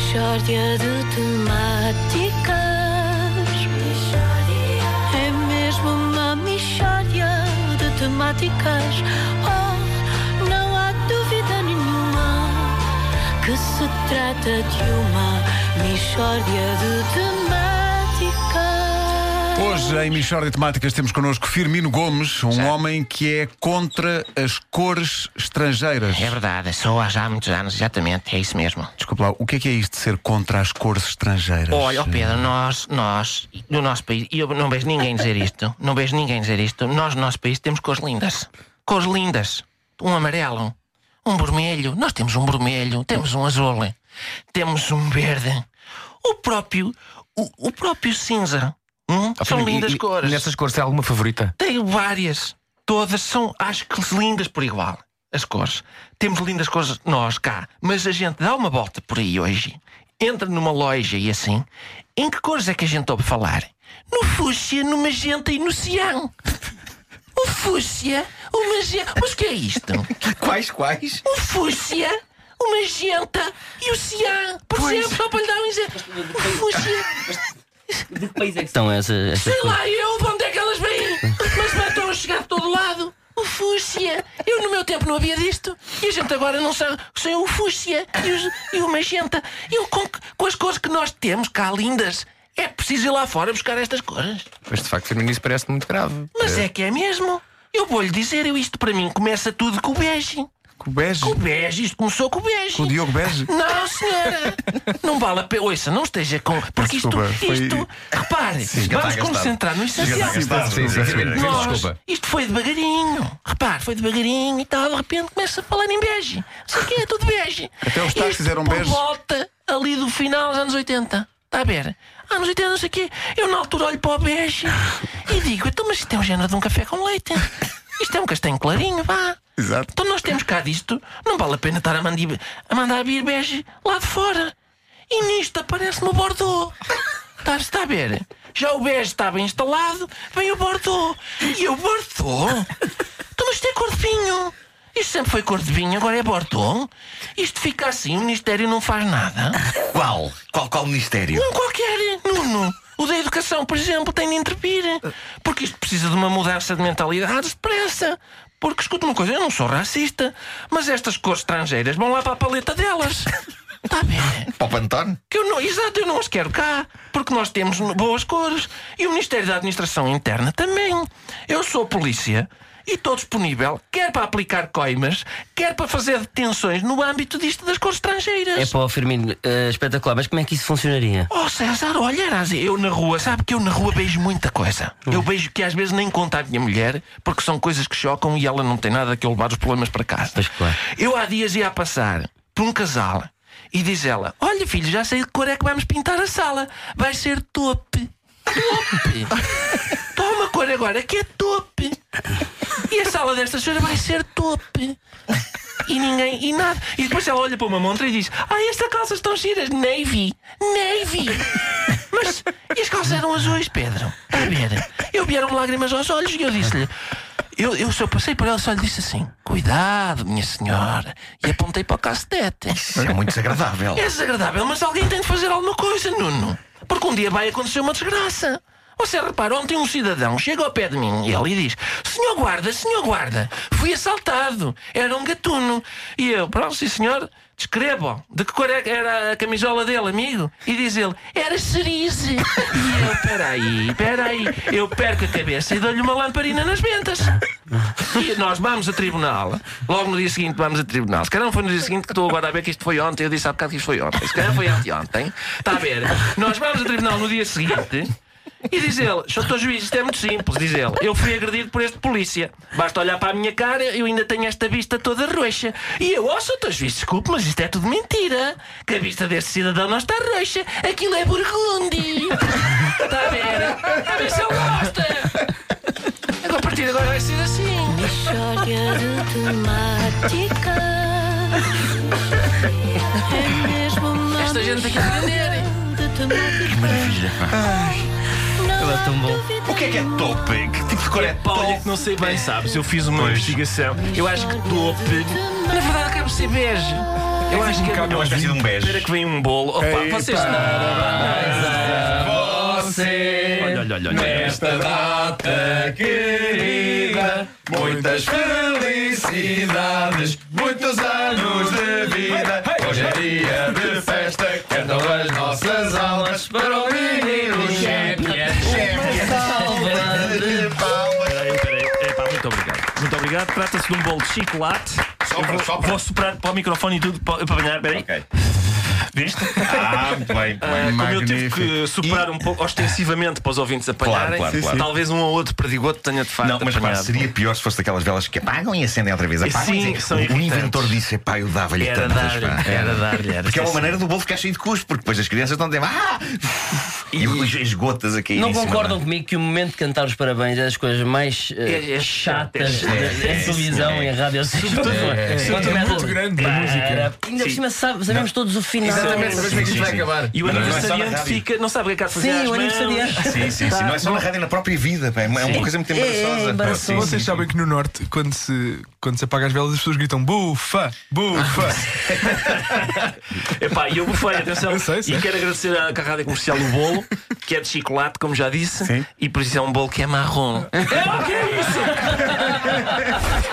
Mixórdia de temáticas. É mesmo uma mixórdia de temáticas. Oh, não há dúvida nenhuma que se trata de uma mixórdia de temáticas. Hoje, em Mixórdia de Temáticas, temos connosco Firmino Gomes, um homem que é contra as cores estrangeiras. É verdade, sou há já muitos anos, exatamente, é isso mesmo. Desculpa lá, o que é isto de ser contra as cores estrangeiras? Olha, Pedro, nós, no nosso país, e eu não vejo ninguém dizer isto, nós no nosso país temos cores lindas, um amarelo, um vermelho, nós temos um vermelho, temos um azul, temos um verde, o próprio cinza. São lindas cores. Nessas cores tem alguma favorita? Tenho várias. Todas são, acho que lindas por igual. As cores. Temos lindas cores nós cá. Mas a gente dá uma volta por aí hoje. Entra numa loja e assim. Em que cores é que a gente ouve falar? No fúcsia, no magenta e no cian. O fúcsia, o magenta... Mas o que é isto? Quais? O fúcsia, o magenta e o cian. Por exemplo, só para lhe dar um exemplo. O fúcsia... De que país é que são essas Sei cores? lá eu de onde é que elas vêm. Mas me estão a chegar de todo lado. O fúcsia. Eu no meu tempo não havia disto. E a gente agora não sabe. Sei o fúcsia e o magenta. Eu com as cores que nós temos cá lindas, é preciso ir lá fora buscar estas cores. Mas de facto, Firmino, isso parece muito grave. Mas é que é mesmo. Eu vou-lhe dizer, isto para mim começa tudo com o bege. Com o bege? Com o bege, isto começou com o bege. Com o Diogo Bege? Não, senhora. Não vale a pena. Ouça, não esteja com. Porque Desculpa, repare, vamos concentrar no essencial. Isto foi devagarinho. Repare, foi devagarinho e tal. De repente começa a falar em bege. Isso aqui é tudo bege. Até os táxis eram por bege. volta ali do final dos anos 80. Está a ver? Anos 80, não sei o quê. Eu na altura olho para o bege e digo: então, mas isto é um género de um café com leite. Isto é um castanho clarinho, vá. Exato. Então nós temos cá disto. Não vale a pena estar a mandar vir bege lá de fora. E nisto aparece-me o Bordeaux. Está a ver? Já o bege está bem instalado, vem o Bordeaux. E o Bordeaux? Então mas isto é cor de vinho. Isto sempre foi cor de vinho, agora é Bordeaux. Isto fica assim, o Ministério não faz nada. Qual ministério? Um qualquer, Nuno. O da Educação, por exemplo, tem de intervir. Porque isto precisa de uma mudança de mentalidade depressa. Porque, escuta uma coisa, eu não sou racista, mas estas cores estrangeiras vão lá para a paleta delas. Está a ver? Para o Pantone? Exato, eu não as quero cá. Porque nós temos boas cores. E o Ministério da Administração Interna também. Eu sou polícia e estou disponível, quer para aplicar coimas, quer para fazer detenções no âmbito disto das cores estrangeiras. É para o Firmino, espetacular, mas como é que isso funcionaria? Oh César, olha, eu na rua, sabe que eu na rua beijo muita coisa. Eu beijo que às vezes nem conto à minha mulher, porque são coisas que chocam e ela não tem nada que eu levar os problemas para casa. Pois claro. Eu há dias ia a passar por um casal e diz ela: olha filho, já sei de que cor é que vamos pintar a sala. Vai ser tope. Tope. Toma cor agora, que é tope. E a sala desta senhora vai ser tope. E nada. E depois ela olha para uma montra e diz: estas calças estão giras. Navy. Mas e as calças eram azuis, Pedro? A ver, eu vieram lágrimas aos olhos e eu disse-lhe: eu só passei por ela, só lhe disse assim: cuidado, minha senhora. E apontei para o cacetete. Isso é muito desagradável. É desagradável, mas alguém tem de fazer alguma coisa, Nuno. Porque um dia vai acontecer uma desgraça. Você repara, ontem um cidadão chega ao pé de mim e ele diz: senhor guarda, fui assaltado, era um gatuno. E eu: pronto, sim senhor, descreva de que cor era a camisola dele, amigo. E diz ele: era cerise. E eu: peraí, eu perco a cabeça e dou-lhe uma lamparina nas ventas. E nós vamos a tribunal. Logo no dia seguinte vamos a tribunal. Se calhar não foi no dia seguinte, que estou agora a ver que isto foi ontem. Eu disse há bocado que isto foi ontem. Se calhar foi anteontem. Está a ver? Nós vamos a tribunal no dia seguinte. E diz ele: Sr. Juiz, isto é muito simples. Diz ele: eu fui agredido por este polícia. Basta olhar para a minha cara, eu ainda tenho esta vista toda roxa. E eu: Sr. Juiz, desculpe, mas isto é tudo mentira. Que a vista deste cidadão não está roxa. Aquilo é burgundi. Está a ver se ele gosta. Agora, a partir de agora vai ser assim. Mixórdia de temáticas. É mesmo uma Esta gente tem que aprender. Que maravilha. Ele é tão bom. O que é tope? Que tipo de cor é Olha tope? que não sei bem, sabes? Eu fiz uma investigação. Eu acho que tope, na verdade, acaba por ser bege. Eu acho que É uma espécie de um beijo. Espera que vem um bolo. Opa, vocês Você, olha. nesta data querida, muitas felicidades, muitos anos de vida. Hoje é dia de festa, cantam as nossas almas para o menino Champion. Peraí. Epá, muito obrigado. Muito obrigado. Trata-se de um bolo de chocolate. Vou soprar para o microfone e tudo para banhar. Peraí. Ok. Viste? Muito bem. Como eu tive Magnífico. que soprar um pouco ostensivamente para os ouvintes apanharem, Claro. talvez um ou outro perdigoto tenha de facto Não, mas pá, apanhado. seria pior se fosse daquelas velas que apagam e acendem outra vez. Apagam Sim, e dizem, são o irritantes. inventor disse, pá, eu dava-lhe Era tantas, dar-lhe, pá. era dar-lhe. era Porque é uma assim. maneira do bolo ficar cheio de cuspo, porque depois as crianças estão a dizer, e as gotas a cair Não em cima, concordam é? comigo que o momento de cantar os parabéns é das coisas mais chatas em televisão e em rádio? É muito grande a música. Ainda por cima sabemos todos o final. Exatamente, sabes como é que isto vai acabar? E o Não é só na aniversariante rádio. fica, não sabe o que é que há de fazer Sim, às o mãos. aniversariante. Sim. Não é só na rádio, é na própria vida, pá. É uma coisa muito embaraçosa. embaraçoso. Vocês sabem que no Norte, quando se apaga as velas, as pessoas gritam bufa, bufa. Epá, e eu bufei, atenção. Eu sei. E quero agradecer à Rádio Comercial o bolo, que é de chocolate, como já disse, Sim. e por isso é um bolo que é marrom. Que é isso?